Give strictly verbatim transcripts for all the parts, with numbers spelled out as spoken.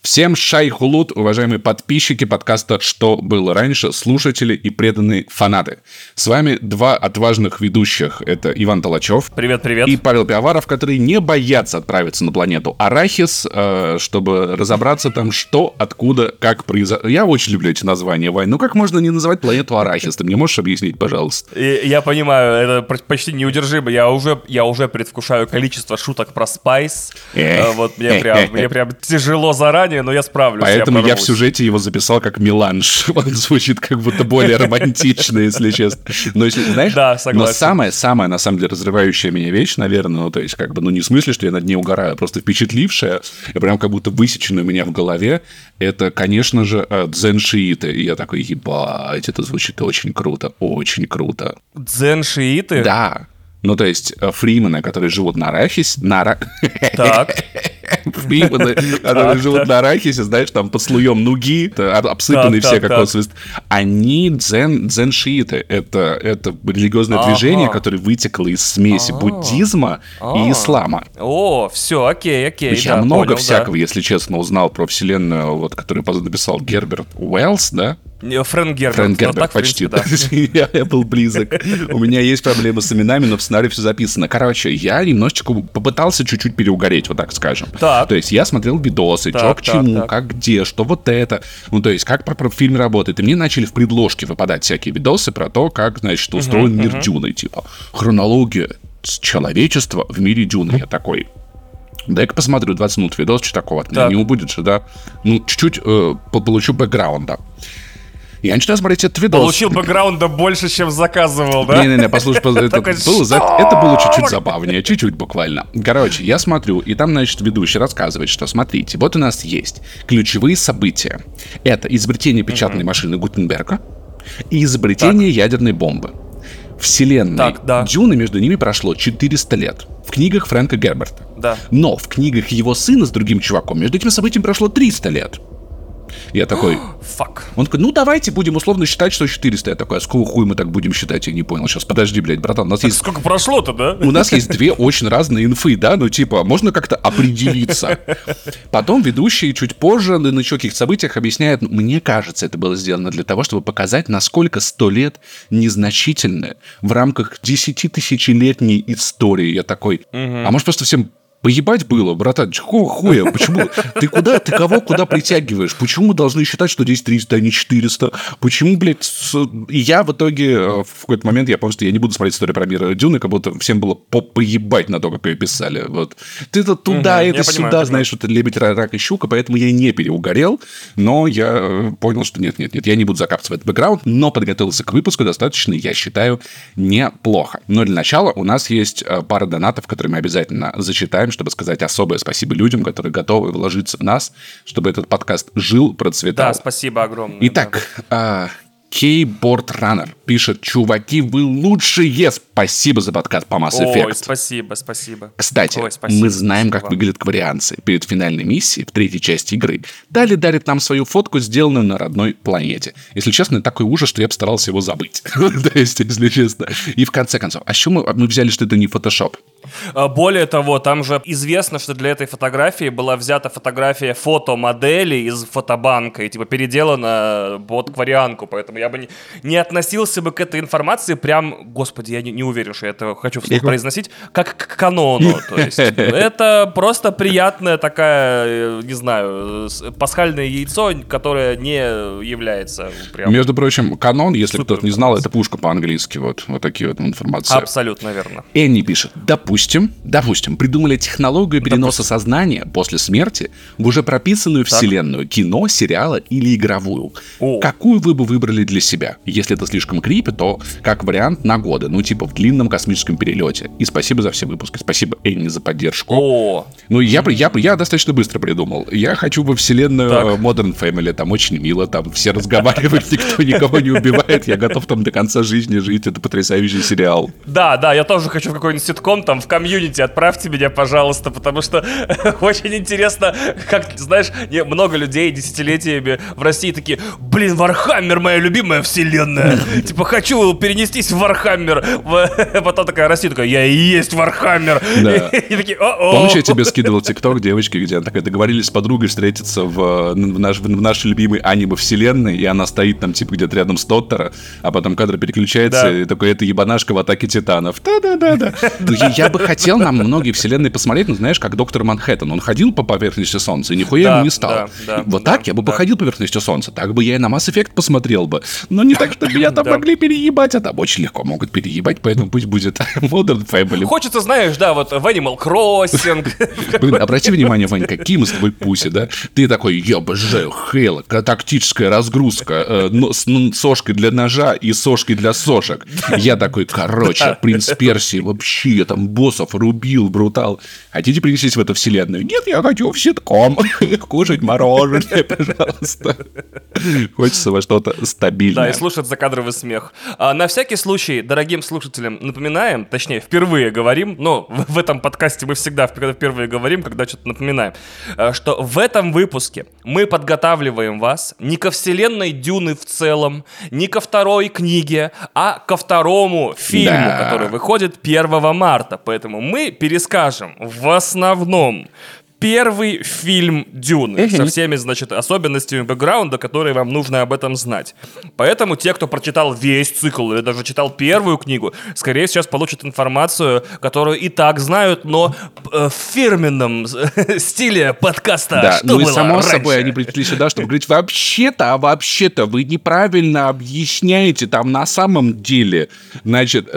Всем шай-хулут, уважаемые подписчики подкаста «Что было раньше», слушатели и преданные фанаты. С вами два отважных ведущих. Это Иван Толачев. Привет-привет. И Павел Пиаваров, которые не боятся отправиться на планету Арахис, чтобы разобраться там, что, откуда, как произошло. Я очень люблю эти названия, Вань. Ну как можно не называть планету Арахис? Ты мне можешь объяснить, пожалуйста? Я понимаю, это почти неудержимо. Я уже, я уже предвкушаю количество шуток про Спайс. Вот мне прям, мне прям тяжело заранее. Но я справлюсь. Поэтому я, я в сюжете его записал как меланж. Он звучит как будто более романтично, если честно. Но если, знаешь, да, согласен. Но самая-самая, на самом деле, разрывающая меня вещь, наверное, ну, то есть, как бы, ну, не в смысле, что я над ней угораю, а просто впечатлившая, и прям как будто высеченная у меня в голове, это, конечно же, дзен-шииты. И я такой, ебать, это звучит очень круто, очень круто. Дзен-шииты? Да. Ну, то есть, фримены, которые живут на Арахисе... На Ара... Так. Фримены, которые живут на Арахисе, знаешь, там под слоем нуги, обсыпаны все как вот свист. Они дзен-шииты. Это, это религиозное движение, которое вытекло из смеси буддизма и ислама. О, все, окей, окей. Я много всякого, если честно, узнал про вселенную, вот, которую написал Герберт Уэллс, да? Фрэнк Герберт. Фрэнк Герберт, так, почти. Принципе, да. я, я был близок. У меня есть проблемы с именами, но в сценарии все записано. Короче, я немножечко попытался чуть-чуть переугореть, вот так скажем. Так. То есть я смотрел видосы, что к чему, так. как где, что вот это. Ну, то есть как про, про фильм работает. И мне начали в предложке выпадать всякие видосы про то, как, значит, устроен uh-huh, мир uh-huh. Дюны. Типа, хронология человечества в мире Дюны. Я такой... Дай-ка посмотрю двадцать минут видос, что такого от меня не убудет же, да? Ну, чуть-чуть э, получу бэкграунда. Я начинаю смотреть этот видос. Получил бэкграунда больше, чем заказывал, да? Не-не-не, послушай, это было чуть-чуть забавнее, чуть-чуть буквально. Короче, я смотрю, и там, значит, ведущий рассказывает, что, смотрите, вот у нас есть ключевые события. Это изобретение печатной машины Гутенберга и изобретение ядерной бомбы. Вселенной так, да. Дюны между ними прошло четыреста лет. В книгах Фрэнка Герберта. Да. Но в книгах его сына с другим чуваком между этим событием прошло триста лет. Я такой... Фак. Он такой, ну давайте будем условно считать, что четыреста. Я такой, а сколько хуй мы так будем считать? Я не понял. Сейчас, подожди, блядь, братан. У нас так есть... сколько прошло-то, да? У нас есть две очень разные инфы, да? Ну типа, можно как-то определиться. Потом ведущий чуть позже на еще каких-то событиях объясняет, мне кажется, это было сделано для того, чтобы показать, насколько сто лет незначительны в рамках десятитысячелетней истории. Я такой, а может просто всем... Поебать было, братан, какого хуя? Почему? Ты куда, ты кого куда притягиваешь? Почему мы должны считать, что здесь триста, а не четыреста? Почему, блядь, с... И я в итоге, в какой-то момент, я помню, что я не буду смотреть историю про мир Дюны, как будто всем было по поебать на то, как ее писали. Вот. Ты-то туда, угу, это сюда, понимаю, знаешь, что ты лебедь, рак и щука, поэтому я не переугорел, но я понял, что нет-нет-нет, я не буду закапываться в этот бэкграунд, но подготовился к выпуску достаточно, я считаю, неплохо. Но для начала у нас есть пара донатов, которые мы обязательно зачитаем, чтобы сказать особое спасибо людям, которые готовы вложиться в нас, чтобы этот подкаст жил, процветал. Да, спасибо огромное. Итак, да. Кейборд Раннер пишет, чуваки, вы лучшие, спасибо за подкаст по Mass Effect. Ой, спасибо, спасибо. Кстати, Ой, спасибо, мы знаем, спасибо. Как выглядят кварианцы. Перед финальной миссией в третьей части игры Дали дарит нам свою фотку, сделанную на родной планете. Если честно, такой ужас, что я постарался его забыть. То есть, если честно. И в конце концов, а с чего мы, мы взяли, что это не фотошоп? Более того, там же известно, что для этой фотографии была взята фотография фотомодели из фотобанка и типа переделана под кварианку, поэтому я бы не, не относился бы к этой информации прям, господи, я не, не уверен, что я это хочу вслух произносить, как к канону. То есть это просто приятная такая, не знаю, пасхальное яйцо, которое не является прям... Между прочим, канон, если кто-то не знал, это пушка по-английски, вот, вот такие вот информации. Абсолютно верно. Энни пишет, допустим, допустим, придумали технологию переноса допустим. сознания после смерти в уже прописанную так. вселенную, кино, сериала или игровую. О. Какую вы бы выбрали для себя? Если это слишком крипи, то как вариант на годы, ну типа в длинном космическом перелете. И спасибо за все выпуски. Спасибо, Энни, за поддержку. О. Ну я, я, я достаточно быстро придумал. Я хочу во вселенную так. Modern Family, там очень мило, там все разговаривают, никто никого не убивает, я готов там до конца жизни жить, это потрясающий сериал. Да, да, я тоже хочу в какой-нибудь ситком, там там в комьюнити отправьте меня, пожалуйста, потому что очень интересно, как, знаешь, не, много людей десятилетиями в России такие: блин, Вархаммер моя любимая вселенная, типа хочу перенестись в Вархаммер. Потом такая Россия такая: я и есть Вархаммер. И такие: о-о. Помнишь, я тебе скидывал тикток девочки, где она такая: договорились с подругой встретиться в, в, наш, в нашей любимой аниме-вселенной, и она стоит там типа где-то рядом с Тоттера, а потом кадр переключается, да. И такой: это ебанашка в Атаке Титанов. Да-да-да-да. Я бы хотел нам многие вселенные посмотреть, ну знаешь, как Доктор Манхэттен. Он ходил по поверхности Солнца, и нихуя ему не стало. Вот так я бы походил по поверхности Солнца, так бы я и на Mass Effect посмотрел бы. Но не так, чтобы меня там могли переебать, а там очень легко могут переебать, поэтому пусть будет Modern Family. Хочется, знаешь, да, вот в Animal Crossing. Блин, обрати внимание, Вань, какие мы с тобой пуси, да? Ты такой: я обожаю Хейла, тактическая разгрузка, э, но, с ну, сошкой для ножа и сошкой для сошек. Я такой: короче, принц Персии, вообще, я там боссов рубил, брутал. Хотите принестись в эту вселенную? Нет, я хочу в ситком кушать мороженое, пожалуйста. Хочется во что-то стабильное. Да, и слушать закадровый смех. А, на всякий случай, дорогим слушателям напоминаем, точнее, впервые говорим, но в, в этом подкасте мы всегда впервые говорим, когда что-то напоминаем, что в этом выпуске мы подготавливаем вас не ко вселенной Дюны в целом, не ко второй книге, а ко второму фильму, да. который выходит первого марта. Поэтому мы перескажем в основном первый фильм Дюны uh-huh. со всеми, значит, особенностями бэкграунда, которые вам нужно об этом знать. Поэтому те, кто прочитал весь цикл или даже читал первую книгу, скорее сейчас получат информацию, которую и так знают, но э, в фирменном стиле подкаста. Да, что ну было и само раньше? собой они пришли сюда, чтобы говорить: вообще-то, а вообще-то вы неправильно объясняете там на самом деле. Значит,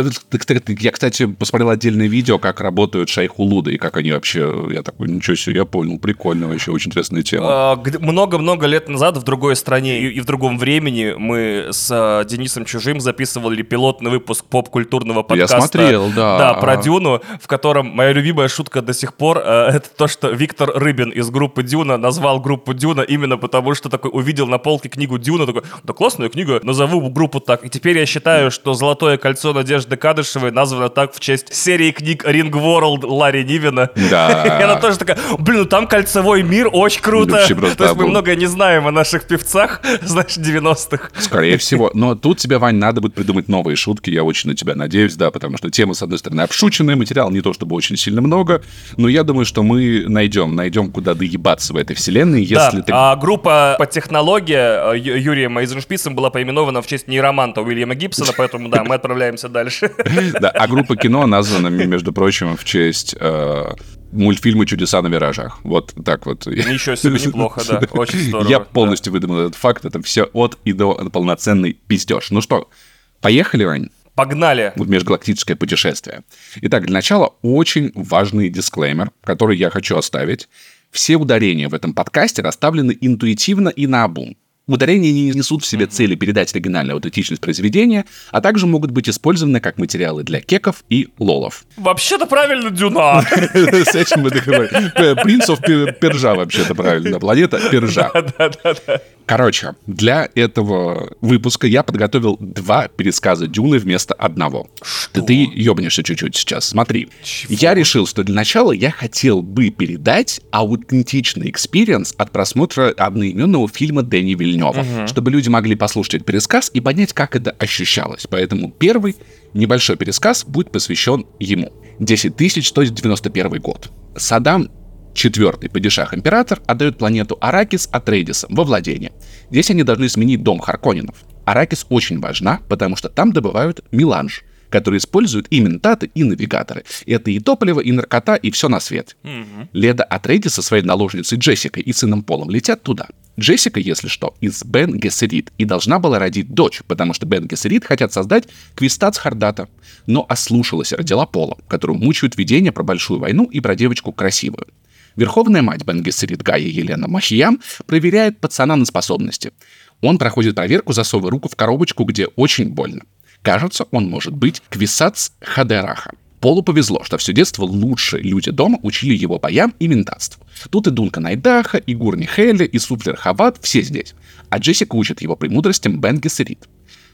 я, кстати, посмотрел отдельное видео, как работают шайхулуды и как они вообще, я такой: ничего себе, я понял, прикольно, вообще очень интересная тема. Много-много лет назад в другой стране и, и в другом времени мы с uh, Денисом Чужим записывали пилотный выпуск поп-культурного подкаста. Я смотрел, да. Да, про Дюну, в котором моя любимая шутка до сих пор uh, это то, что Виктор Рыбин из группы Дюна назвал группу Дюна именно потому, что такой увидел на полке книгу Дюна, такой: да классная книга, назову группу так. И теперь я считаю, что «Золотое кольцо» Надежды Кадышевой названо так в честь серии книг Ring World Ларри Нивена. Да. И она тоже такая: блин, ну там кольцевой мир, очень круто. То есть мы многое не знаем о наших певцах, знаешь, девяностых. Скорее всего. Но тут тебе, Вань, надо будет придумать новые шутки. Я очень на тебя надеюсь, да, потому что тема, с одной стороны, обшученная, материал не то чтобы очень сильно много, но я думаю, что мы найдем, найдем, куда доебаться в этой вселенной, если да, ты... а группа по технологии Юрием Эйзеншпицем была поименована в честь нейроманта Уильяма Гибсона, поэтому, да, мы отправляемся дальше. Да, а группа кино названа, между прочим, в честь... мультфильмы «Чудеса на виражах». Вот так вот. Ничего себе, неплохо, да. Очень здорово. Я полностью да. выдумал этот факт. Это все от и до полноценный пиздеж. Ну что, поехали, Вань? Погнали! В межгалактическое путешествие. Итак, для начала очень важный дисклеймер, который я хочу оставить. Все ударения в этом подкасте расставлены интуитивно и наобум. Ударения не несут в себе цели передать оригинальную аутентичность произведения, а также могут быть использованы как материалы для кеков и лолов. Вообще-то правильно, Дюна! С этим мы договорились. Принц оф Пержа вообще-то правильно. Планета Пержа. Да-да-да. Короче, для этого выпуска я подготовил два пересказа Дюны вместо одного. Что? Ты ёбнешься чуть-чуть сейчас. Смотри. Чего? Я решил, что для начала я хотел бы передать аутентичный экспириенс от просмотра одноименного фильма Дэни Вильнёва, угу. чтобы люди могли послушать этот пересказ и понять, как это ощущалось. Поэтому первый небольшой пересказ будет посвящен ему. десять тысяч сто девяносто первый год. Саддам Четвертый падишах-император отдает планету Аракис Атрейдисам во владение. Здесь они должны сменить дом Харконненов. Аракис очень важна, потому что там добывают меланж, который используют и ментаты, и навигаторы. Это и топливо, и наркота, и все на свет. Mm-hmm. Леда Атрейдис со своей наложницей Джессикой и сыном Полом летят туда. Джессика, если что, из Бен Гессерит и должна была родить дочь, потому что Бен Гессерит хотят создать Квистац Хардата, но ослушалась и родила Пола, которую мучают видения про большую войну и про девочку красивую. Верховная мать Бен Гессерит Гая Елена Махиям проверяет пацана на способности. Он проходит проверку, засовывая руку в коробочку, где очень больно. Кажется, он может быть Квисац Хадераха. Полу повезло, что все детство лучшие люди дома учили его боям и ментатству. Тут и Дункан Айдаха, и Гурни Хелли, и Суфлер Хават, все здесь. А Джессика учит его премудростям Бен Гессерит.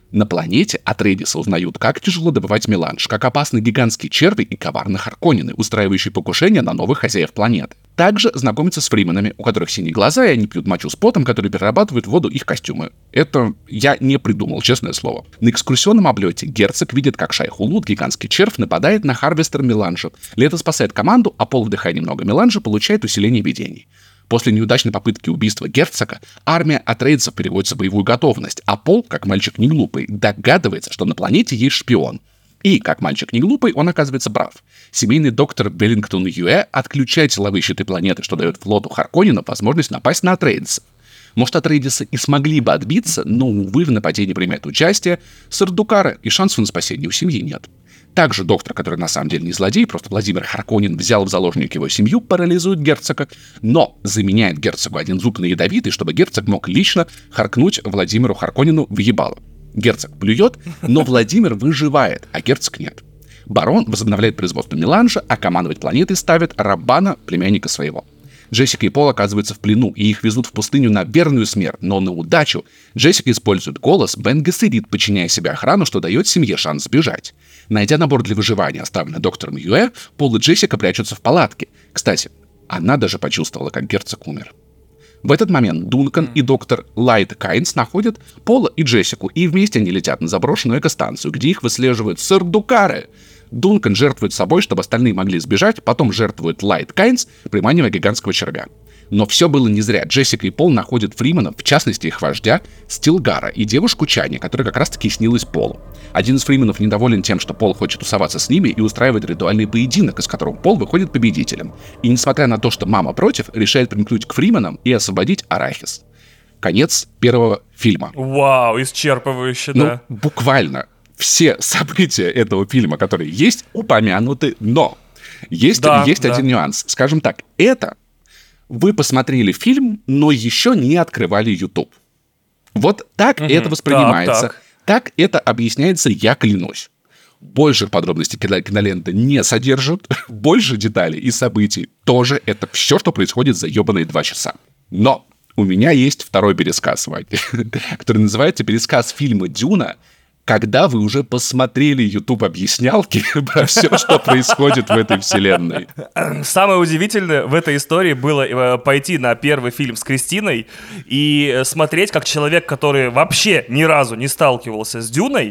На планете Атрейдисы узнают, как тяжело добывать меланж, как опасны гигантские черви и коварны харконнены, устраивающие покушения на новых хозяев планеты. Также знакомятся с фрименами, у которых синие глаза, и они пьют мочу с потом, который перерабатывает в воду их костюмы. Это я не придумал, честное слово. На экскурсионном облете герцог видит, как Шайхулут, гигантский червь, нападает на харвестер меланжа. Лето спасает команду, а Пол, вдыхая немного меланжа, получает усиление видений. После неудачной попытки убийства герцога, армия Атрейдисов переводится в боевую готовность, а Пол, как мальчик не глупый, догадывается, что на планете есть шпион. И, как мальчик не глупый, он оказывается прав. Семейный доктор Веллингтон Юэ отключает силовые щиты планеты, что дает флоту Харконненов возможность напасть на Атрейдисов. Может, Атрейдисы и смогли бы отбиться, но, увы, в нападении принимает участие Сардукара, и шансов на спасение у семьи нет. Также доктор, который на самом деле не злодей, просто Владимир Харконнен взял в заложник его семью, парализует герцога, но заменяет герцогу один зуб на ядовитый, чтобы герцог мог лично харкнуть Владимиру Харконнену в ебало. Герцог плюет, но Владимир выживает, а герцог нет. Барон возобновляет производство меланжа, а командовать планетой ставит Раббана, племянника своего. Джессика и Пол оказываются в плену, и их везут в пустыню на верную смерть, но на удачу Джессика использует голос Бен Гессерит, подчиняя себе охрану, что дает семье шанс сбежать. Найдя набор для выживания, оставленный доктором Юэ, Пол и Джессика прячутся в палатке. Кстати, она даже почувствовала, как герцог умер. В этот момент Дункан и доктор Лайт Кайнс находят Пола и Джессику, и вместе они летят на заброшенную экостанцию, где их выслеживают Сардукары. Дункан жертвует собой, чтобы остальные могли сбежать, потом жертвует Лайт Кайнс, приманивая гигантского червя. Но все было не зря. Джессика и Пол находят фрименов, в частности их вождя, Стилгара, и девушку Чани, которая как раз-таки снилась Полу. Один из фрименов недоволен тем, что Пол хочет тусоваться с ними, и устраивает ритуальный поединок, из которого Пол выходит победителем. И несмотря на то, что мама против, решает примкнуть к фрименам и освободить Арахис. Конец первого фильма. Вау, исчерпывающе, ну, да. Буквально все события этого фильма, которые есть, упомянуты, но есть, да, есть да. один нюанс. Скажем так, это вы посмотрели фильм, но еще не открывали YouTube. Вот так угу, это воспринимается. Так, так. так это объясняется, я клянусь. Больше подробностей кинолента не содержит, больше деталей и событий тоже. Это все, что происходит за ебаные два часа. Но у меня есть второй пересказ, Вань, который называется «Пересказ фильма «Дюна», когда вы уже посмотрели YouTube-объяснялки про все, что происходит в этой вселенной. Самое удивительное в этой истории было пойти на первый фильм с Кристиной и смотреть, как человек, который вообще ни разу не сталкивался с Дюной,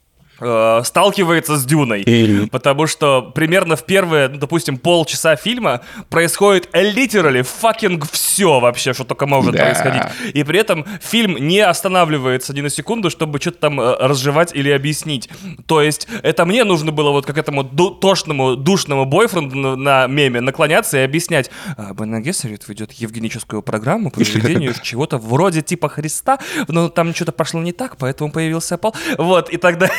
э, сталкивается с Дюной. Mm-hmm. Потому что примерно в первые, ну, допустим, полчаса фильма происходит literally fucking все вообще, что только может да. происходить. И при этом фильм не останавливается ни на секунду, чтобы что-то там э, разжевать или объяснить. То есть это мне нужно было вот как этому ду- тошному, душному бойфренду на, на меме наклоняться и объяснять. Бен Гессерит ведет евгеническую программу по ведению чего-то вроде типа Христа, но там что-то пошло не так, поэтому появился Пол. Вот, и тогда...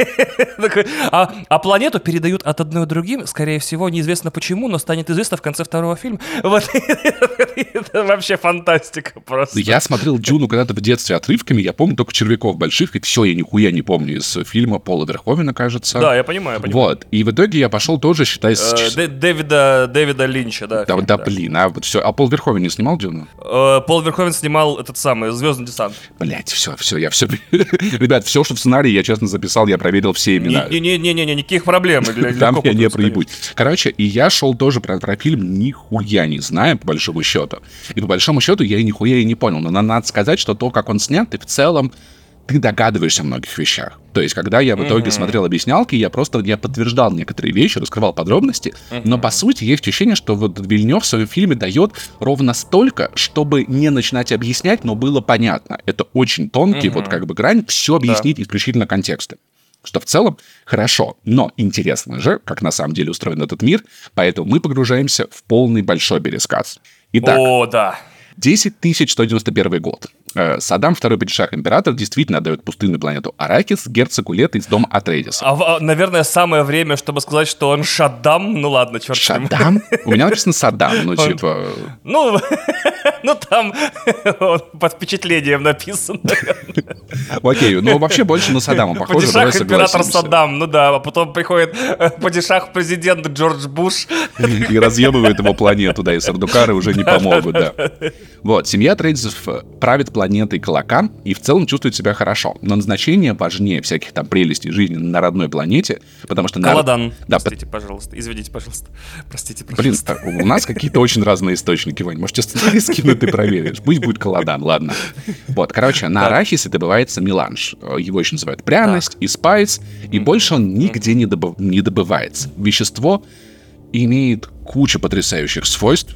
а, а планету передают от одной к другим, скорее всего, неизвестно почему, но станет известно в конце второго фильма. Вот, это вообще фантастика просто. Я смотрел «Дюну» когда-то в детстве отрывками, я помню только червяков больших, и все, я нихуя не помню из фильма Пола Верховена, кажется. Да, я понимаю, я понимаю. Вот, и в итоге я пошел тоже, считай... С... Э, Дэвида, Дэвида Линча, да. Да, фильм, да, да, блин, а вот все. А Пол Верховен не снимал «Дюну»? Э, Пол Верховен снимал этот самый «Звездный десант». Блять, все, все, я все... Ребят, все, что в сценарии, я честно записал, я проверил все имена. Не-не-не, никаких проблем. Там я не проебусь. Короче, и я шел тоже про, про фильм нихуя не зная, по большому счету. И по большому счету я и нихуя и не понял. Но надо сказать, что то, как он снят, и в целом ты догадываешься о многих вещах. То есть, когда я в итоге mm-hmm. смотрел объяснялки, я просто я подтверждал некоторые вещи, раскрывал подробности, mm-hmm. но, по сути, есть ощущение, что вот Вильнёв в своем фильме дает ровно столько, чтобы не начинать объяснять, но было понятно. Это очень тонкий, mm-hmm. вот как бы грань, все объяснить да. исключительно контекстом. Что в целом хорошо, но интересно же, как на самом деле устроен этот мир, поэтому мы погружаемся в полный большой пересказ. Итак, О, да. десять тысяч сто девяносто первый год. Саддам, второй падишах император, действительно отдает пустынную планету Аракис герцогу Лето из дома Атрейдиса. А, наверное, самое время, чтобы сказать, что он Шаддам. Ну ладно, черт с ним. Шаддам? У меня написано Саддам, ну типа... Ну, Ну, там под впечатлением написано. Окей, ну вообще больше на Саддама похоже. Падишах император Саддам, ну да, а потом приходит падишах президент Джордж Буш. И разъебывает его планету, да, и сардукары уже не помогут, да. Вот, семья Трейдисов правит планетой Калакан и в целом чувствует себя хорошо. Но назначение важнее всяких там прелестей жизни на родной планете, потому что... Каладан. Да, простите, пожалуйста, извините, пожалуйста. Простите, пожалуйста. Блин, у нас какие-то очень разные источники, Вань. Можете сценарий скинуть, ты проверишь. Пусть будет Каладан, ладно. Вот, короче, на арахисе добывается меланж. Его еще называют пряность и спайс, и больше он нигде не, добыв... не добывается. Вещество имеет кучу потрясающих свойств,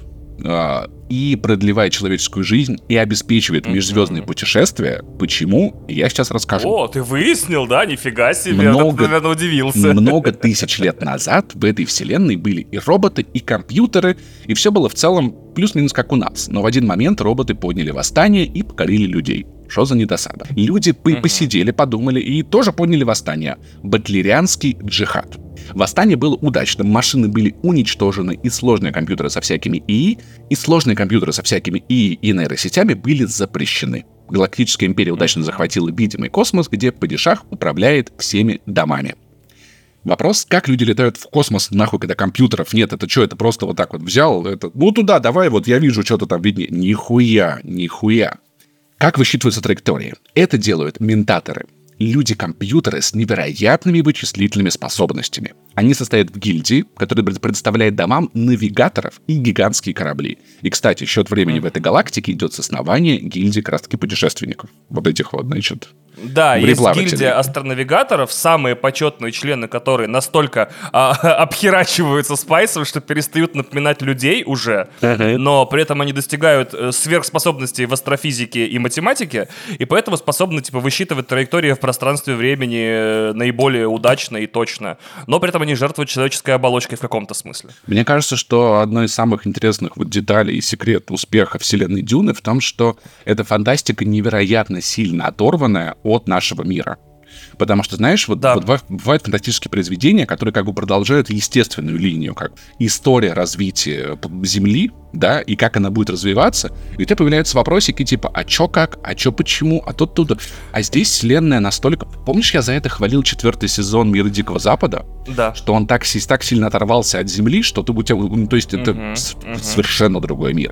и продлевает человеческую жизнь, и обеспечивает межзвездные mm-hmm. путешествия. Почему? Я сейчас расскажу. О, ты выяснил, да? Нифига себе, много, я, наверное, удивился. Много тысяч лет назад в этой вселенной были и роботы, и компьютеры, и все было в целом плюс-минус как у нас. Но в один момент роботы подняли восстание и покорили людей. Что за недосада? Люди mm-hmm. посидели, подумали и тоже подняли восстание. Батлерианский джихад. Восстание было удачным, машины были уничтожены, и сложные компьютеры со всякими ИИ, и сложные компьютеры со всякими ИИ и нейросетями были запрещены. Галактическая империя удачно захватила видимый космос, где падишах управляет всеми домами. Вопрос, как люди летают в космос, нахуй, когда компьютеров нет, это что, это просто вот так вот взял, это, ну туда, давай, вот я вижу, что-то там виднее. Нихуя, нихуя. Как высчитываются траектории? Это делают ментаторы. Люди-компьютеры с невероятными вычислительными способностями. Они состоят в гильдии, которая предоставляет домам навигаторов и гигантские корабли. И, кстати, счет времени mm. в этой галактике идет с основания гильдии как раз-таки путешественников. Вот этих вот, значит... Да, есть гильдия астронавигаторов, самые почетные члены, которые настолько а, обхерачиваются спайсом, что перестают напоминать людей уже, uh-huh. но при этом они достигают сверхспособностей в астрофизике и математике, и поэтому способны типа высчитывать траектории в пространстве времени наиболее удачно и точно. Но при этом они жертвуют человеческой оболочкой в каком-то смысле. Мне кажется, что одной из самых интересных вот деталей и секрет успеха вселенной Дюны в том, что эта фантастика невероятно сильно оторванная от нашего мира. Потому что, знаешь, вот, да. вот бывают фантастические произведения, которые как бы продолжают естественную линию, как история развития Земли, да, и как она будет развиваться, и у тебя появляются вопросики типа, а чё как, а чё почему, а то тут. А здесь вселенная настолько... Помнишь, я за это хвалил четвертый сезон «Мира Дикого Запада»? Да. Что он так, так сильно оторвался от Земли, что ты, у тебя... Ну, то есть это uh-huh, uh-huh. совершенно другой мир.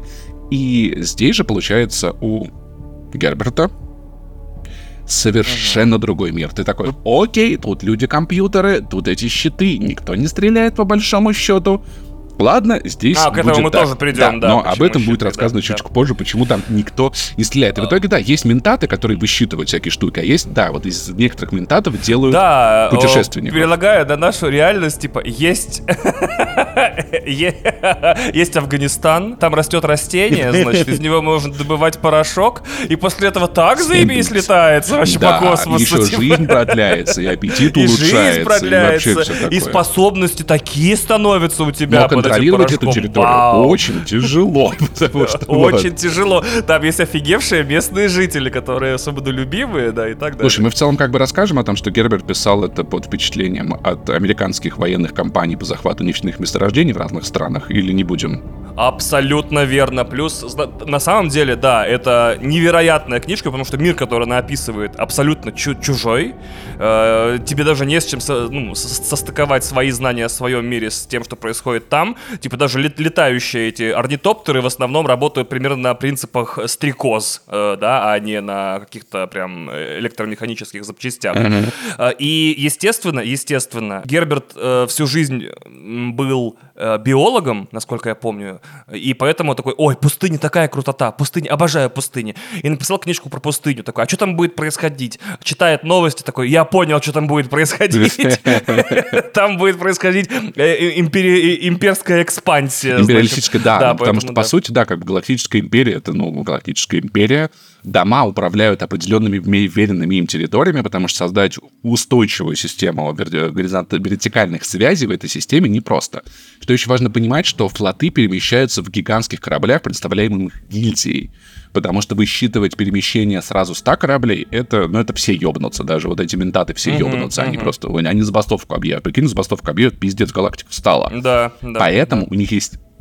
И здесь же, получается, у Герберта совершенно uh-huh. другой мир. Ты такой, окей, тут люди-компьютеры, тут эти щиты, никто не стреляет по большому счету. Ладно, здесь а, к этому будет мы так. тоже придем, да. да но об этом щиты, будет рассказано да, чуть да. позже, почему там никто не стреляет. И в итоге, да, есть ментаты, которые высчитывают всякие штуки, а есть, да, вот из некоторых ментатов делают да, путешественников. Перелагая на нашу реальность, типа, есть... есть Афганистан, там растет растение, значит, из него можно добывать порошок, и после этого так заебись летается вообще да, по космосу. еще типа. жизнь продляется, и аппетит и улучшается, жизнь продляется, и вообще все такое. И способности такие становятся у тебя. Но контролировать эту территорию Вау. очень тяжело. Потому что, очень вот. тяжело. Там есть офигевшие местные жители, которые особенно любимые, да, и так далее. Слушай, мы в целом как бы расскажем о том, что Герберт писал это под впечатлением от американских военных компаний по захвату нефтяных месторождений в разных странах, или не будем? Абсолютно верно. Плюс, на самом деле, да, это невероятная книжка, потому что мир, который она описывает, абсолютно чу- чужой. Э, тебе даже не с чем со, ну, состыковать свои знания о своем мире с тем, что происходит там. Типа даже лет- летающие эти орнитоптеры в основном работают примерно на принципах стрекоз, э, да, а не на каких-то прям электромеханических запчастях. Mm-hmm. Э, и, естественно, естественно, Герберт э, всю жизнь был э, биологом, насколько я помню, и поэтому такой, ой, пустыня такая крутота, пустыня, обожаю пустыни. И написал книжку про пустыню, такой, а что там будет происходить? Читает новости, такой, я понял, что там будет происходить. Там будет происходить имперская экспансия. Империалистическая, да, потому что, по сути, да, как бы галактическая империя, это, ну, галактическая империя, дома управляют определенными веренными им территориями, потому что создать устойчивую систему вертикальных связей в этой системе непросто. Что еще важно понимать, что флоты перемещаются в гигантских кораблях, представляемых гильдией. Потому что высчитывать перемещение сразу ста кораблей, это, ну, это все ёбнутся, даже вот эти ментаты все uh-huh, ёбнутся, uh-huh. они просто, они забастовку объявят. Прикинь, забастовку объявят, пиздец, галактика встала. Да, да. Поэтому да. у них есть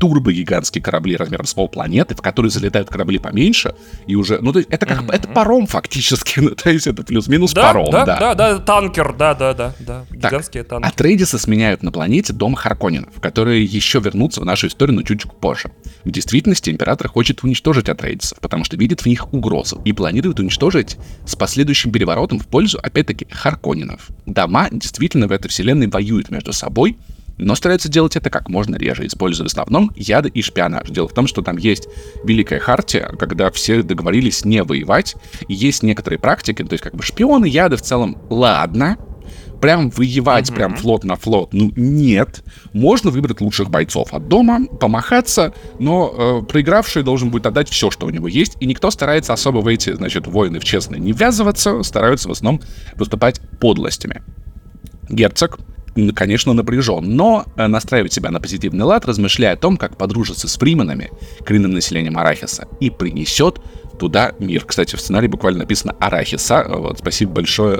турбогигантские корабли размером с полпланеты, в которые залетают корабли поменьше, и уже, ну, то есть это как, mm-hmm. это паром фактически, ну, то есть это плюс-минус да, паром, да. Да, да, да, танкер, да, да, да, да, гигантские танки. Атрейдисы сменяют на планете дом Харконненов, которые еще вернутся в нашу историю, но чуть-чуть позже. В действительности император хочет уничтожить Атрейдисов, потому что видит в них угрозу, и планирует уничтожить с последующим переворотом в пользу, опять-таки, Харконненов. Дома действительно в этой вселенной воюют между собой, но стараются делать это как можно реже, используя в основном яды и шпионаж. Дело в том, что там есть Великая Хартия, когда все договорились не воевать, и есть некоторые практики, то есть как бы шпионы, яды в целом, ладно, прям воевать, mm-hmm. прям флот на флот, ну нет. Можно выбрать лучших бойцов от дома, помахаться, но э, проигравший должен будет отдать все, что у него есть, и никто старается особо в эти, значит, войны в честные не ввязываться, стараются в основном поступать подлостями. Герцог, конечно, напряжен, но настраивает себя на позитивный лад, размышляя о том, как подружиться с фрименами, коренным населением Арахиса, и принесет туда мир. Кстати, в сценарии буквально написано Арахиса. Вот, спасибо большое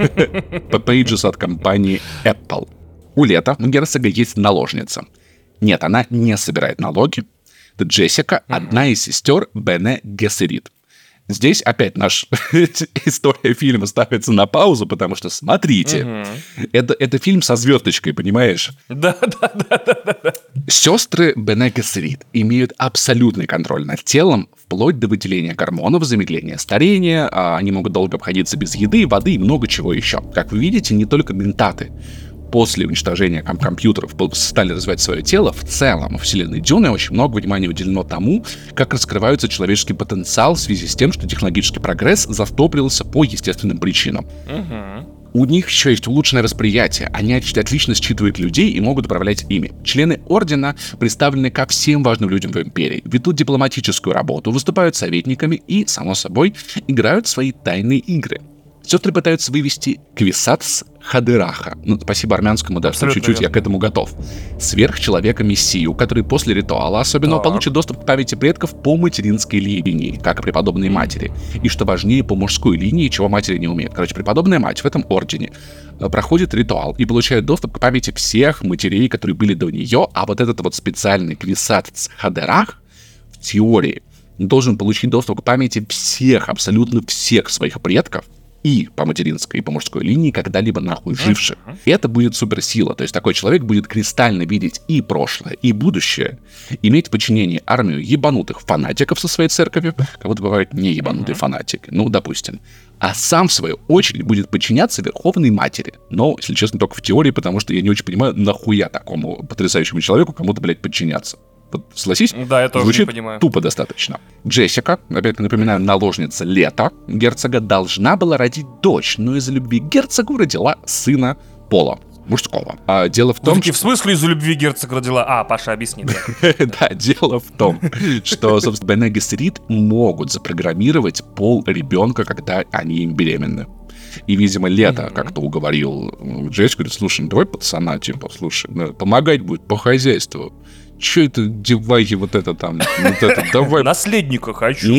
Pages от компании Apple. У Лето, у герцога, есть наложница. Нет, она не собирает налоги. Это Джессика, одна из сестер Бене Гессерит. Здесь опять наша история фильма ставится на паузу, потому что, смотрите, угу. это, это фильм со звездочкой, понимаешь? Да, да, да, да, да. Сестры Бене Гессерит имеют абсолютный контроль над телом, вплоть до выделения гормонов, замедления старения, а они могут долго обходиться без еды, воды и много чего еще. Как вы видите, не только ментаты после уничтожения ком- компьютеров стали развивать свое тело, в целом в вселенной Дюны очень много внимания уделено тому, как раскрывается человеческий потенциал в связи с тем, что технологический прогресс застопорился по естественным причинам. Угу. У них еще есть улучшенное восприятие, они отлично считывают людей и могут управлять ими. Члены Ордена представлены ко всем важным людям в Империи, ведут дипломатическую работу, выступают советниками и, само собой, играют свои тайные игры. Сестры пытаются вывести Квисатс Хадыраха. Ну, спасибо армянскому, да, что чуть-чуть верно. Я к этому готов. Сверхчеловека-мессию, который после ритуала особенного так. получит доступ к памяти предков по материнской линии, как и преподобной матери. И что важнее, по мужской линии, чего матери не умеют. Короче, преподобная мать в этом ордене проходит ритуал и получает доступ к памяти всех матерей, которые были до нее, а вот этот вот специальный Квисатс Хадырах в теории должен получить доступ к памяти всех, абсолютно всех своих предков, и по материнской, и по мужской линии, когда-либо нахуй живших. Uh-huh. Это будет суперсила. То есть такой человек будет кристально видеть и прошлое, и будущее, иметь в подчинении армию ебанутых фанатиков со своей церковью, кого-то бывают не ебанутые uh-huh. фанатики, ну, допустим. А сам, в свою очередь, будет подчиняться Верховной Матери. Но, если честно, только в теории, потому что я не очень понимаю, нахуя такому потрясающему человеку кому-то, блядь, подчиняться. Вот, согласись, да, я тоже звучит не понимаю. Тупо достаточно. Джессика, опять напоминаю, наложница Лето герцога, должна была родить дочь, но из-за любви к герцогу родила сына Пола, мужского. А дело в том, что... В смысле из-за любви герцог родила? А, Паша, объясни. Да, дело в том, что, собственно, Бене Гессерит могут запрограммировать пол ребенка, когда они им беременны. И, видимо, Лето mm-hmm. как-то уговорил Джессику, говорит, слушай, давай пацана, типа, слушай, помогать будет по хозяйству. Че это, девайки, вот это там, вот это, давай. Наследника хочу.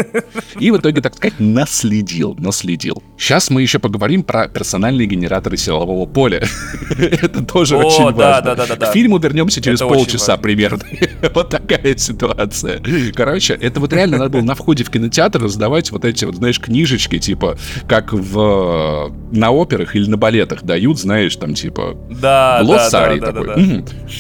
И в итоге, так сказать, наследил, наследил. Сейчас мы еще поговорим про персональные генераторы силового поля. Это тоже очень важно. К фильму вернемся через полчаса примерно. Вот такая ситуация. Короче, это вот реально надо было на входе в кинотеатр раздавать вот эти вот, знаешь, книжечки, типа, как в на операх или на балетах дают, знаешь, там, типа, глоссарий такой.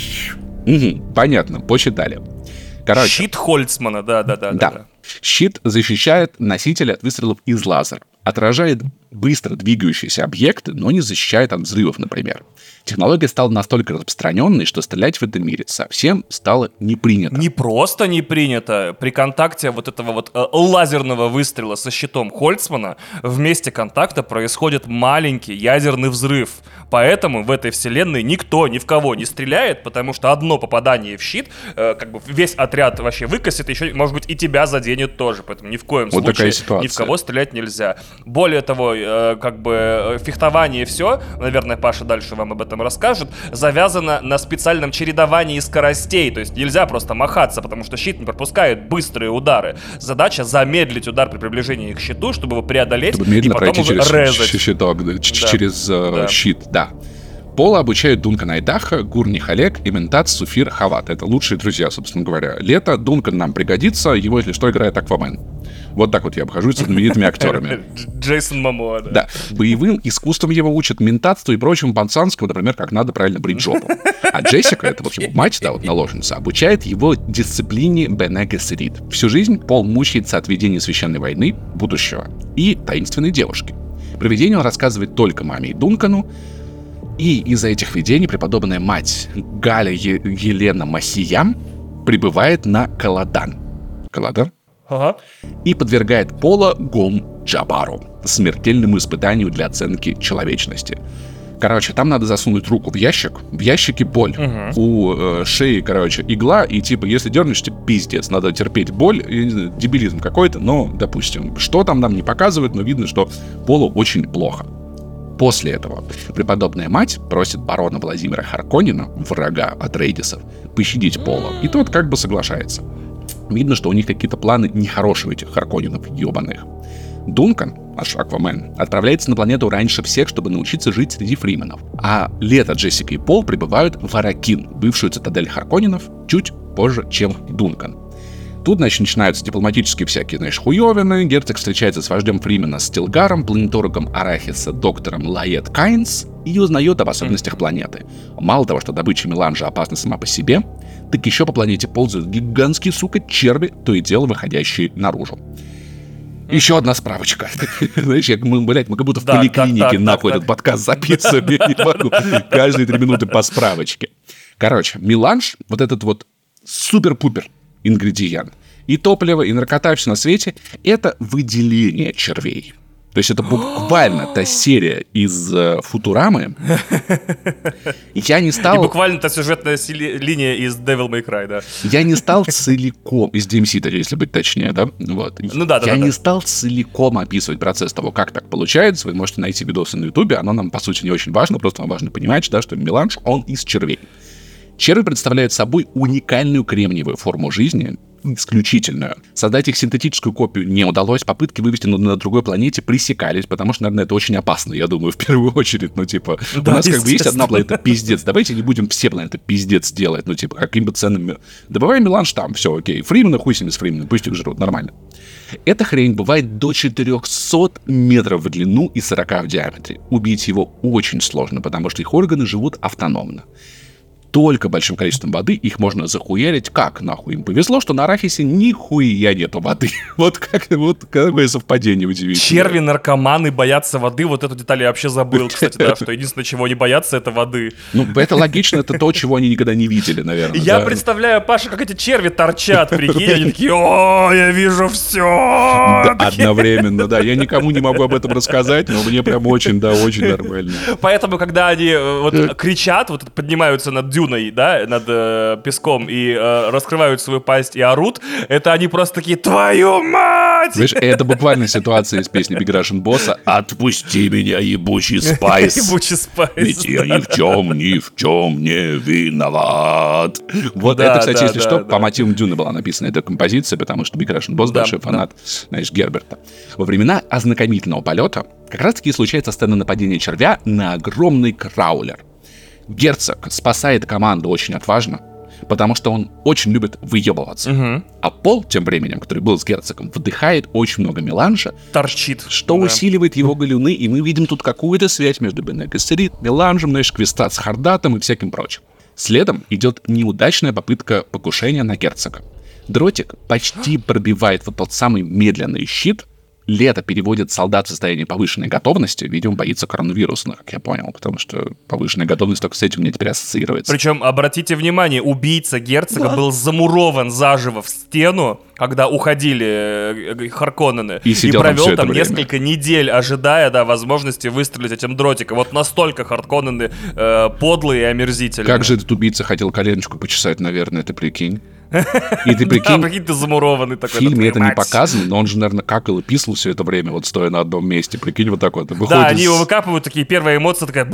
Угу, понятно, почитали. Короче, щит Хольцмана, да-да-да. Да. Щит защищает носителя от выстрелов из лазера. Отражает быстро двигающиеся объекты, но не защищает от взрывов, например. Технология стала настолько распространенной, что стрелять в этом мире совсем стало не принято. Не просто не принято. При контакте вот этого вот э, лазерного выстрела со щитом Хольцмана в месте контакта происходит маленький ядерный взрыв. Поэтому в этой вселенной никто ни в кого не стреляет, потому что одно попадание в щит, э, как бы весь отряд вообще выкосит, еще, может быть, и тебя заденет тоже. Поэтому ни в коем вот случае ни в кого стрелять нельзя. Более того, э, как бы фехтование и все, наверное, Паша дальше вам об этом расскажет, завязано на специальном чередовании скоростей. То есть нельзя просто махаться, потому что щит не пропускает быстрые удары. Задача замедлить удар при приближении к щиту, чтобы его преодолеть, чтобы медленно и потом пройти уже через резать. щиток, да, да. через uh, да. щит, да. Пола обучают Дункан Айдаха, Гурни Халек и Ментат Суфир Хават. Это лучшие друзья, собственно говоря. Лето, Дункан нам пригодится, его, если что, играет Аквамен. Вот так вот я обхожусь с знаменитыми актерами. Джейсон Момоа, да. Да. Боевым искусством его учат, ментатству и прочему пацанскому, например, как надо правильно брить жопу. А Джессика, это вот его мать, да, вот наложница, обучает его дисциплине Бене Гессерит. Всю жизнь Пол мучается от ведения священной войны, будущего, и таинственной девушки. Про видение он рассказывает только маме и Дункану, и из-за этих видений преподобная мать Галя Е- Елена Масиям прибывает на Каладан. Каладан? Ага. И подвергает Пола Гом Джабару, смертельному испытанию для оценки человечности. Короче, там надо засунуть руку в ящик, в ящике боль. Угу. У э, шеи, короче, игла, и типа, если дернешь, типа, пиздец, надо терпеть боль, я не знаю, дебилизм какой-то, но, допустим, что там нам не показывают, но видно, что Полу очень плохо. После этого преподобная мать просит барона Владимира Харконнена, врага Атрейдисов, пощадить Пола, и тот как бы соглашается. Видно, что у них какие-то планы нехорошие у этих Харконненов ебаных. Дункан, наш Аквамен, отправляется на планету раньше всех, чтобы научиться жить среди фрименов. А Лето, Джессика и Пол прибывают в Аракин, бывшую цитадель Харконненов, чуть позже, чем Дункан. Тут, значит, начинаются дипломатические всякие, знаешь, хуёвины. Герцог встречается с вождем Фримена Стилгаром, планетологом Арахиса, доктором Лает Кайнс, и узнает об особенностях планеты. Мало того, что добыча меланжа опасна сама по себе, так еще по планете ползают гигантские, сука, черви, то и дело выходящие наружу. Еще одна справочка. Знаешь, я, мы, блядь, мы как будто в да, поликлинике так, так, нахуй так, этот подкаст записываем. Я не могу. Каждые три минуты по справочке. Короче, меланж, вот этот вот супер-пупер ингредиент. И топливо, и наркота, все на свете — это выделение червей. То есть это буквально та серия из э, Футурамы. Я не стал... И буквально та сюжетная сили... линия из Devil May Cry, да. Я не стал целиком... Из ди эм си, если быть точнее, да? Вот. Ну да, да, Я да, не да. стал целиком описывать процесс того, как так получается. Вы можете найти видосы на Ютубе. Оно нам, по сути, не очень важно. Просто вам важно понимать, да, что меланж, он из червей. Черви представляют собой уникальную кремниевую форму жизни, исключительную. Создать их синтетическую копию не удалось, попытки вывести на, на другой планете пресекались, потому что, наверное, это очень опасно, я думаю, в первую очередь. Ну, типа, да, у нас как бы есть одна планета пиздец, давайте не будем все планеты пиздец делать, ну, типа, какими-то ценными. Добываем меланж там, все, окей. Фримена, хуй с ними с Фрименом, пусть их жрут, нормально. Эта хрень бывает до четыреста метров в длину и сорок в диаметре. Убить его очень сложно, потому что их органы живут автономно. Только большим количеством воды их можно захуярить. Как нахуй им повезло, что на Арахисе нихуя нету воды. Вот как вот какое совпадение удивительное. Черви-наркоманы боятся воды. Вот эту деталь я вообще забыл, кстати, да, что единственное, чего не боятся, это воды. Ну, это логично, это то, чего они никогда не видели, наверное. Я да. представляю, Паша, как эти черви торчат, прикинь, они такие: о, я вижу все. Да, одновременно, да. Я никому не могу об этом рассказать, но мне прям очень, да, очень нормально. Поэтому, когда они вот кричат, вот поднимаются над дюной, да, над э, песком и э, раскрывают свою пасть и орут, это они просто такие: твою мать! Знаешь, это буквально ситуация из песни Big Russian Boss: «Отпусти меня, ебучий спайс, ебучий спайс, ведь я ни в чем, ни в чем не виноват». Вот да, это, кстати, да, если да, что, да. по мотивам Дюны была написана эта композиция, потому что Big Russian Boss Да, большой да. фанат, знаешь, Герберта. Во времена ознакомительного полета как раз-таки случается сцена нападения червя на огромный краулер. Герцог спасает команду очень отважно, потому что он очень любит выебываться. Угу. А Пол, тем временем, который был с герцогом, вдыхает очень много меланжа, Торчит. что да. усиливает его галюны, и мы видим тут какую-то связь между Бене Гессерит, меланжем, знаешь, квестат с Хардатом и всяким прочим. Следом идет неудачная попытка покушения на герцога. Дротик почти пробивает вот тот самый медленный щит. Лето переводит солдат в состояние повышенной готовности. Видимо, боится коронавируса, как я понял, потому что повышенная готовность только с этим мне теперь ассоциируется. Причем, обратите внимание, убийца герцога Да. был замурован заживо в стену, когда уходили э, Харконнены, И сидел там провел всё это там время. несколько недель, ожидая, да, возможности выстрелить этим дротиком. Вот настолько Харконнены э, подлые и омерзительные. Как же этот убийца хотел коленочку почесать, наверное, ты прикинь. И ты прикинь, да, прикинь, ты замурованный такой. В фильме это не показано, но он же, наверное, какал и писал все это время, вот стоя на одном месте. Прикинь, вот так вот. Да, они его выкапывают, такие первые эмоции, такая...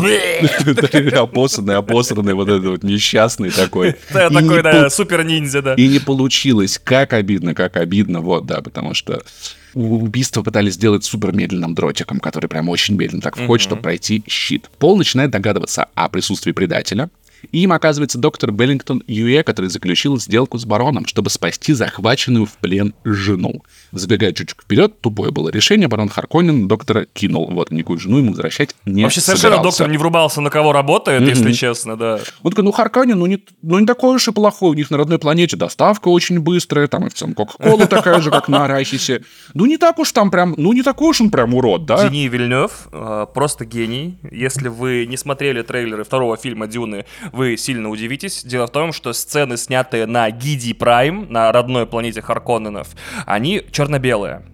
Опосанный, опосанный, вот этот вот несчастный такой. Да, такой, да, супер-ниндзя, да. И не получилось. Как обидно, как обидно. Вот, да, потому что убийство пытались сделать супер медленным дротиком, который прям очень медленно так входит, чтобы пройти щит. Пол начинает догадываться о присутствии предателя. И им оказывается доктор Беллингтон Юэ, который заключил сделку с бароном, чтобы спасти захваченную в плен жену. Забегая чуть-чуть вперед, тупое было решение, барон Харконнен доктора кинул. Вот, никакую жену ему возвращать не Вообще совершенно собирался. доктор не врубался, на кого работает, mm-hmm. если честно, да. Он такой, ну, Харконнен, ну не, ну, не такой уж и плохой, у них на родной планете доставка очень быстрая, там и в целом Кока-Кола такая же, как на Арахисе. Ну, не так уж там прям, ну, не такой уж он прям урод, да? Дени Вильнёв э, просто гений. Если вы не смотрели трейлеры второго фильма «Дюны», вы сильно удивитесь. Дело в том, что сцены, снятые на Гиди Прайм, на родной планете Харконненов, они черно-белые.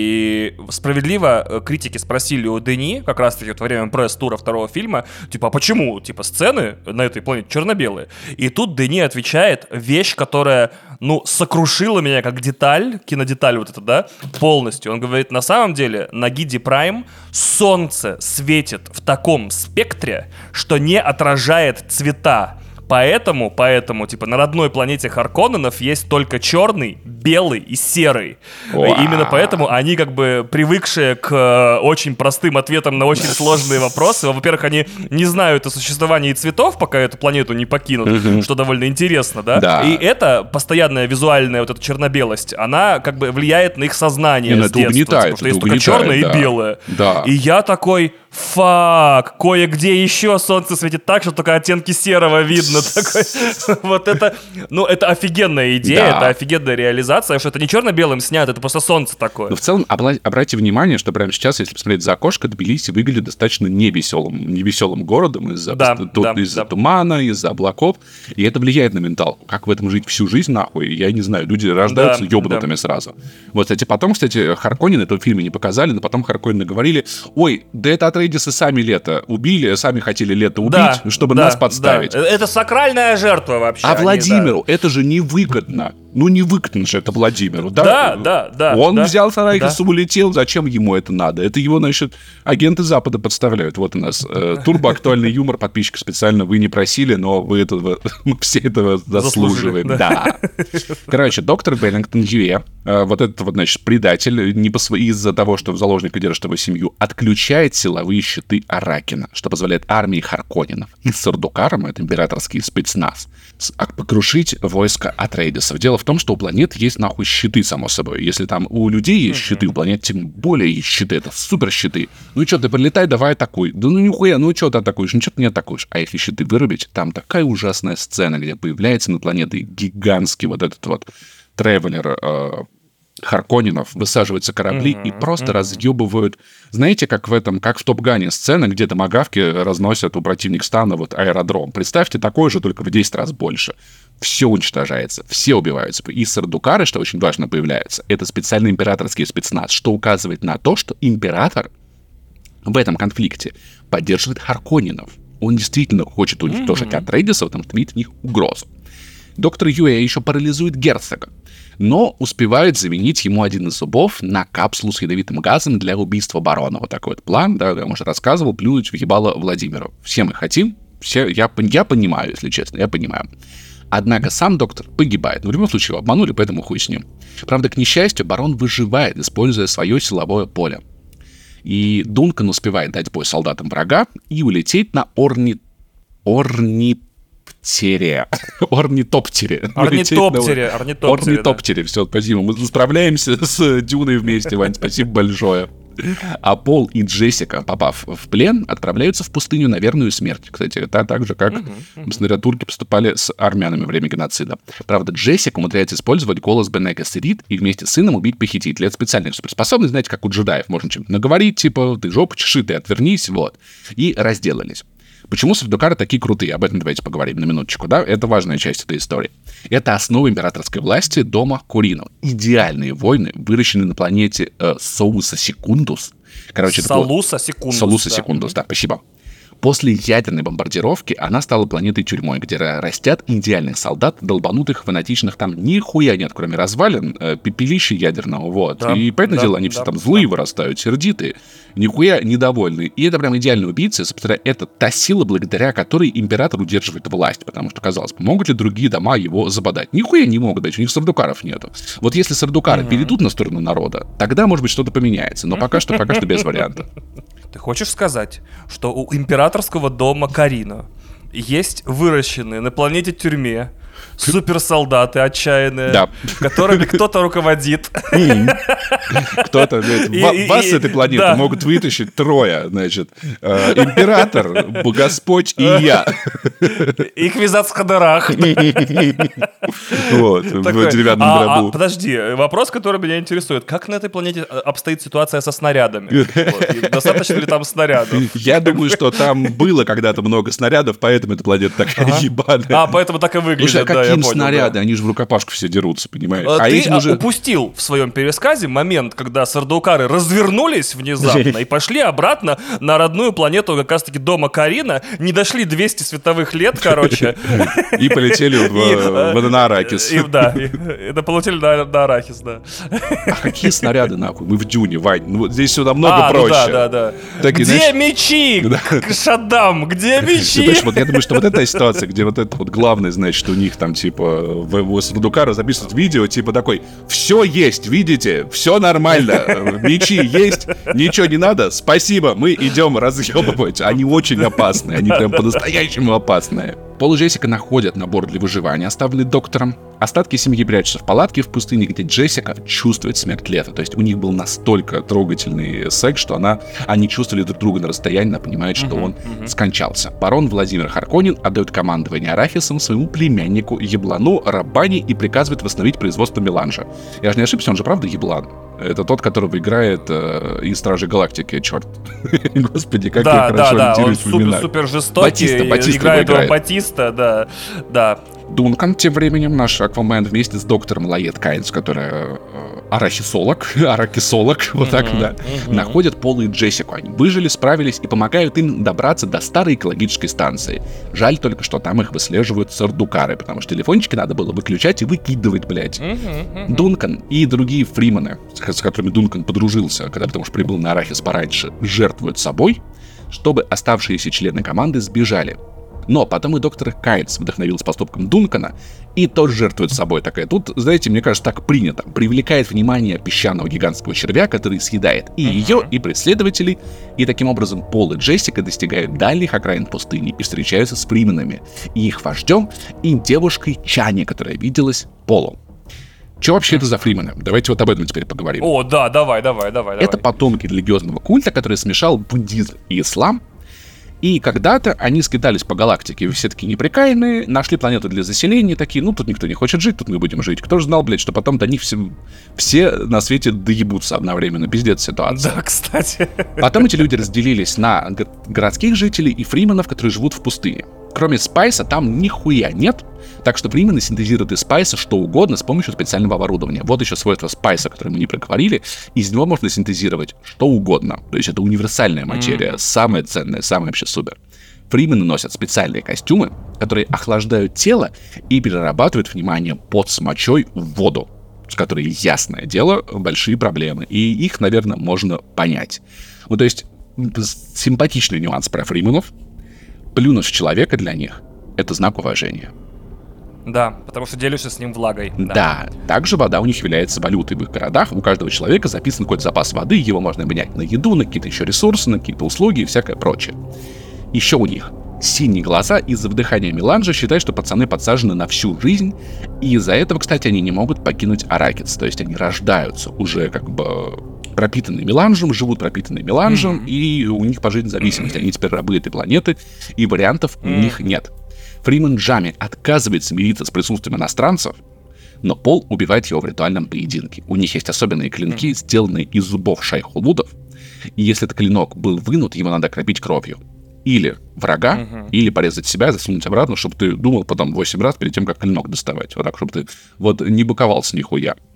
И справедливо критики спросили у Дени, как раз-таки во время пресс-тура второго фильма, типа, а почему, типа, сцены на этой планете черно-белые? И тут Дени отвечает вещь, которая, ну, сокрушила меня как деталь, кинодеталь вот эта, да, полностью. Он говорит, на самом деле, на Гиди Прайм солнце светит в таком спектре, что не отражает цвета. Поэтому, поэтому, типа, на родной планете Харконненов есть только черный, белый и серый. Wow. Именно поэтому они, как бы, привыкшие к э, очень простым ответам на очень сложные вопросы. Во-первых, они не знают о существовании цветов, пока эту планету не покинут, mm-hmm. что довольно интересно, да? Да. И эта постоянная визуальная вот эта черно-белость, она, как бы, влияет на их сознание и с детства. Угнетает, типа, что есть угнетает, только черное да. и белое. Да. И я такой... Фак, кое-где еще солнце светит так, что только оттенки серого видно. Такой, вот это, ну, это офигенная идея, да. это офигенная реализация, что это не черно-белым снято, это просто солнце такое. Но в целом, обла- обратите внимание, что прямо сейчас, если посмотреть за окошко, Тбилиси выглядит достаточно невеселым, невеселым городом из-за, да, ту- да, из-за да. тумана, из-за облаков, и это влияет на ментал. Как в этом жить всю жизнь, нахуй, я не знаю, люди рождаются да, ёбнутыми да. сразу. Вот, кстати, потом, кстати, Харконнен это в фильме не показали, но потом Харконнены говорили, ой, да это Атрейдисы сами лето убили, сами хотели лето убить, да, чтобы да, нас подставить. Да. Это сакральная жертва вообще. А они, Владимиру да. это же невыгодно. Ну, невыгодно же это Владимиру, да? Да, да, да. Он да, взял с Арахисом, да. улетел, зачем ему это надо? Это его, значит, агенты Запада подставляют. Вот у нас э, турбоактуальный юмор, подписчики специально вы не просили, но вы этого, мы все этого заслуживаем. Заслужили, да. Короче, доктор Беллингтон Юэ, э, вот этот вот, значит, предатель, не посв... из-за того, что в заложника держит его семью, отключает силовые щиты Аракина, что позволяет армии Харконненов и Сардукарам, это императорский спецназ, покрушить войско Атрейдисов. Дело в том, что у планет есть нахуй щиты, само собой. Если там у людей есть щиты, у планет тем более есть щиты. Это супер щиты. Ну и что, ты прилетай, давай атакуй. Да ну нихуя, ну что ты атакуешь? Ничего ты не атакуешь. А если щиты вырубить, там такая ужасная сцена, где появляется на планете гигантский вот этот вот тревелер э, Харконненов, высаживаются корабли mm-hmm, и просто mm-hmm. разъебывают. Знаете, как в этом, как в Топ-Гане сцена, где томагавки разносят у противника стана вот аэродром. Представьте, такое же, только в десять раз больше. Все уничтожается, все убиваются. И сардукары, что очень важно, появляются. Это специальный императорский спецназ, что указывает на то, что император в этом конфликте поддерживает Харконненов. Он действительно хочет уничтожить mm-hmm. Атрейдисов, потому что видит в них угрозу. Доктор Юэ еще парализует герцога, но успевает заменить ему один из зубов на капсулу с ядовитым газом для убийства барона. Вот такой вот план, да, я, может, рассказывал, плюнуть в ебало Владимиру. Все мы хотим, все, я, я понимаю, если честно, я понимаю. Однако сам доктор погибает. Но в любом случае его обманули, поэтому хуй с ним. Правда, к несчастью, барон выживает, используя свое силовое поле. И Дункан успевает дать бой солдатам врага и улететь на орни... орни... Орнитоптере. Орнитоптере. Орнитоптере. Орнитоптере, Орнитоптере. Все, спасибо. Мы справляемся с Дюной вместе, Вань. Спасибо большое. А Пол и Джессика, попав в плен, отправляются в пустыню на верную смерть. Кстати, это так же, как, смотря, турки поступали с армянами во время геноцида. Правда, Джессика умудряется использовать голос Бене Гессерит и вместе с сыном убить похитителя. Это специальная суперспособность, знаете, как у джедаев. Можно чем-то наговорить, типа, ты жопу чеши, ты отвернись, вот. И разделались. Почему сардукары такие крутые? Об этом давайте поговорим на минуточку, да? Это важная часть этой истории. Это основа императорской власти дома Курино. Идеальные войны, выращенные на планете э, Соуса Секундус. Короче, Солуса Секундус. Солуса да. Секундус, да, спасибо. После ядерной бомбардировки она стала планетой-тюрьмой, где растят идеальных солдат, долбанутых, фанатичных, там нихуя нет, кроме развалин, э, пепелища ядерного, вот. Да, и, понятное да, дело, они да, все там злые да. вырастают, сердитые, нихуя недовольные. И это прям идеальные убийцы, собственно, это та сила, благодаря которой император удерживает власть, потому что, казалось бы, могут ли другие дома его забодать? Нихуя не могут, даже у них сардукаров нету. Вот если сардукары угу. перейдут на сторону народа, тогда, может быть, что-то поменяется, но пока что, пока что без вариантов. Ты хочешь сказать, что у императорского дома Карина есть выращенные на планете тюрьме суперсолдаты отчаянные, да. которыми кто-то руководит. Кто-то, вас с этой планеты могут вытащить трое, значит, император, Господь и я. И Квизац Хадарах. Вот, в деревянном гробу. Подожди, вопрос, который меня интересует. Как на этой планете обстоит ситуация со снарядами? Достаточно ли там снарядов? Я думаю, что там было когда-то много снарядов, поэтому эта планета такая ебаная. А, поэтому так и выглядит. Каким снаряды? Да. Они же в рукопашку все дерутся, понимаешь? А, а ты уже... упустил в своем пересказе момент, когда сардаукары развернулись внезапно и пошли обратно на родную планету как раз-таки дома Карина, не дошли двести световых лет, короче. И полетели на Аракис. Да, полетели на Аракис, да. А какие снаряды, нахуй? Мы в Дюне, Вань. Ну, здесь все намного проще. Да, да, да. Где мечи, Шаддам? Где мечи? Я думаю, что вот эта ситуация, где вот это вот главное, значит, что у них там, типа, в Сардукара записывают видео, типа такой: все есть, видите, все нормально, мечи есть, ничего не надо, спасибо, мы идем разъебывать. Они очень опасные, они прям по-настоящему опасные. Пол и Джессика находят набор для выживания, оставленный доктором. Остатки семьи прячутся в палатке в пустыне, где Джессика чувствует смерть Лето. То есть у них был настолько трогательный секс, что она, они чувствовали друг друга на расстоянии, она понимает, что uh-huh, он uh-huh. скончался. Барон Владимир Харконнен отдает командование Арахисом своему племяннику Еблану Раббани и приказывает восстановить производство меланжа. Я же не ошибся, он же правда Еблан. Это тот, которого играет э, из Стражей Галактики, черт. Господи, как да, я хорошо да, ориентируюсь да, в именах. Супер, супер жестокий, Батиста, Батиста играет его его Батиста, да, да. Дункан, тем временем, наш Аквамен, вместе с доктором Лает Кайнс, которая э, арахисолог, аракисолог, вот так, uh-huh, да, uh-huh. находят Пола и Джессику. Они выжили, справились и помогают им добраться до старой экологической станции. Жаль только, что там их выслеживают сардукары, потому что телефончики надо было выключать и выкидывать, блядь. Uh-huh, uh-huh. Дункан и другие фримены, с которыми Дункан подружился, когда потому что прибыл на Арахис пораньше, жертвуют собой, чтобы оставшиеся члены команды сбежали. Но потом и доктор Кайнс вдохновился поступком Дункана, и тот жертвует собой. Такая. Тут, знаете, мне кажется, так принято. Привлекает внимание песчаного гигантского червя, который съедает и uh-huh. ее, и преследователей. И таким образом Пол и Джессика достигают дальних окраин пустыни и встречаются с фрименами, и их вождем, и девушкой Чани, которая виделась Полу. Что вообще это за фримены? Давайте вот об этом теперь поговорим. О, да, давай, давай, давай. Это давай. Потомки религиозного культа, который смешал буддизм и ислам. И когда-то они скитались по галактике, все такие неприкаянные, нашли планету для заселения, такие: ну, тут никто не хочет жить, тут мы будем жить. Кто же знал, блядь, что потом до них все, все на свете доебутся одновременно, пиздец ситуация. Да, кстати. Потом эти люди разделились на городских жителей и фрименов, которые живут в пустыне. Кроме спайса там нихуя нет, так что фримены синтезируют из спайса что угодно с помощью специального оборудования. Вот еще свойство спайса, которое мы не проговорили. Из него можно синтезировать что угодно. То есть это универсальная материя, mm. самая ценная, самая вообще супер. Фримены носят специальные костюмы, которые охлаждают тело и перерабатывают, внимание, пот с мочой в воду, с которой, ясное дело, большие проблемы. И их, наверное, можно понять. Ну, то есть симпатичный нюанс про фрименов. Плюнуть в человека для них — это знак уважения. Да, потому что делишься с ним влагой. Да. да, также вода у них является валютой в их городах. У каждого человека записан какой-то запас воды, его можно обменять на еду, на какие-то еще ресурсы, на какие-то услуги и всякое прочее. Еще у них синие глаза из-за вдыхания меланжа, считают, что пацаны подсажены на всю жизнь, и из-за этого, кстати, они не могут покинуть Аракис, то есть они рождаются уже как бы пропитанные меланжем, живут пропитанные меланжем, mm-hmm. и у них по жизни зависимость, они теперь рабы этой планеты, и вариантов mm-hmm. у них нет. Фримен Джами отказывается мириться с присутствием иностранцев, но Пол убивает его в ритуальном поединке. У них есть особенные клинки, сделанные из зубов шайхулудов, и если этот клинок был вынут, его надо окропить кровью. Или врага, uh-huh. или порезать себя, засунуть обратно, чтобы ты думал потом восемь раз перед тем, как клинок доставать. Вот так, чтобы ты вот не быковался нихуя.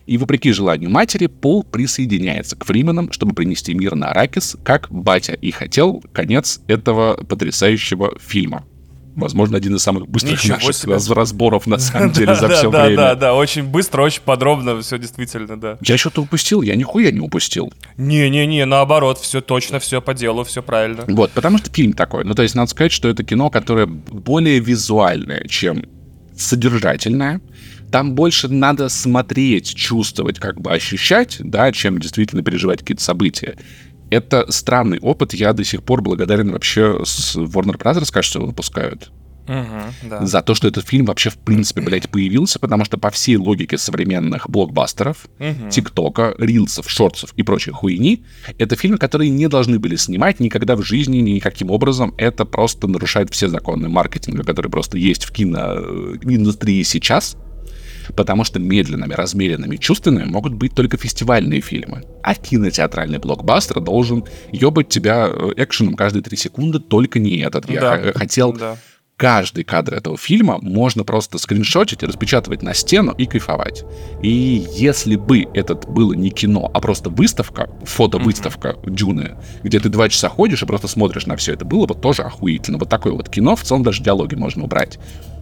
И вопреки желанию матери, Пол присоединяется к Фрименам, чтобы принести мир на Аракис, как батя и хотел. Конец этого потрясающего фильма. Возможно, один из самых быстрых Ничего наших себе. разборов, на самом деле, за Да, все да, время. Да, да, очень быстро, очень подробно, все действительно, да. Я что-то упустил? Я нихуя не упустил. Не-не-не, наоборот, все точно, все по делу, все правильно. Вот, потому что фильм такой. Ну, то есть, надо сказать, что это кино, которое более визуальное, чем содержательное. Там больше надо смотреть, чувствовать, как бы ощущать, да, чем действительно переживать какие-то события. Это странный опыт. Я до сих пор благодарен вообще с Warner Brothers, кажется, выпускают. Угу, да. За то, что этот фильм вообще в принципе, блядь, появился, потому что по всей логике современных блокбастеров, Мгм. тиктока, рилсов, шортсов и прочей хуйни, это фильмы, которые не должны были снимать никогда в жизни, никаким образом. Это просто нарушает все законы маркетинга, которые просто есть в киноиндустрии сейчас, потому что медленными, размеренными, чувственными могут быть только фестивальные фильмы. А кинотеатральный блокбастер должен ебать тебя э, экшеном каждые три секунды, только не этот. Я Да. х- хотел... Да. Каждый кадр этого фильма можно просто скриншотить, распечатывать на стену и кайфовать. И если бы это было не кино, а просто выставка, фото-выставка Дюны, где ты два часа ходишь и просто смотришь на все это, было бы тоже охуительно. Вот такое вот кино, в целом даже диалоги можно убрать.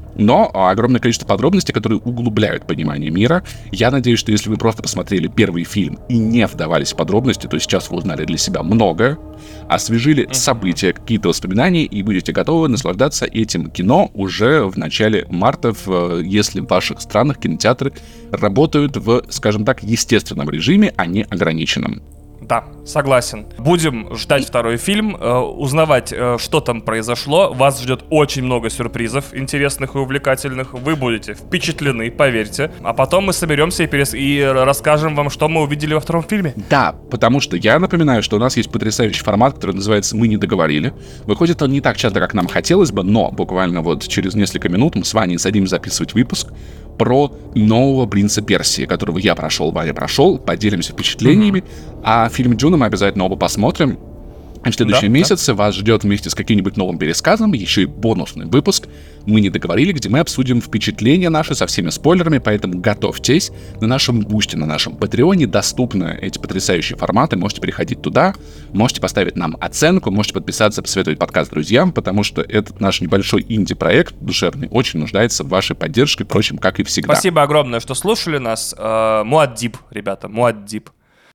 Но огромное количество подробностей, которые углубляют понимание мира. Я надеюсь, что если вы просто посмотрели первый фильм и не вдавались в подробности, то сейчас вы узнали для себя многое, освежили события, какие-то воспоминания и будете готовы наслаждаться этим кино уже в начале марта, в, если в ваших странах кинотеатры работают в, скажем так, естественном режиме, а не ограниченном. Да, согласен. Будем ждать второй фильм, э, узнавать, э, что там произошло. Вас ждет очень много сюрпризов интересных и увлекательных. Вы будете впечатлены, поверьте. А потом мы соберемся и, перес... и расскажем вам, что мы увидели во втором фильме. Да, потому что я напоминаю, что у нас есть потрясающий формат, который называется «Мы не договорили». Выходит он не так часто, как нам хотелось бы, но буквально вот через несколько минут мы с Ваней садимся записывать выпуск про нового принца Персии, которого я прошел, Ваня прошел, поделимся впечатлениями, mm-hmm. а фильм «Дюна» мы обязательно оба посмотрим. В следующем да, месяце да. вас ждет вместе с каким-нибудь новым пересказом еще и бонусный выпуск «Мы не договорили», где мы обсудим впечатления наши со всеми спойлерами, поэтому готовьтесь. На нашем бусте, на нашем патреоне доступны эти потрясающие форматы, можете переходить туда, можете поставить нам оценку, можете подписаться, посоветовать подкаст друзьям, потому что этот наш небольшой инди-проект душевный очень нуждается в вашей поддержке, впрочем, как и всегда. Спасибо огромное, что слушали нас. Муаддиб, ребята, Муаддиб.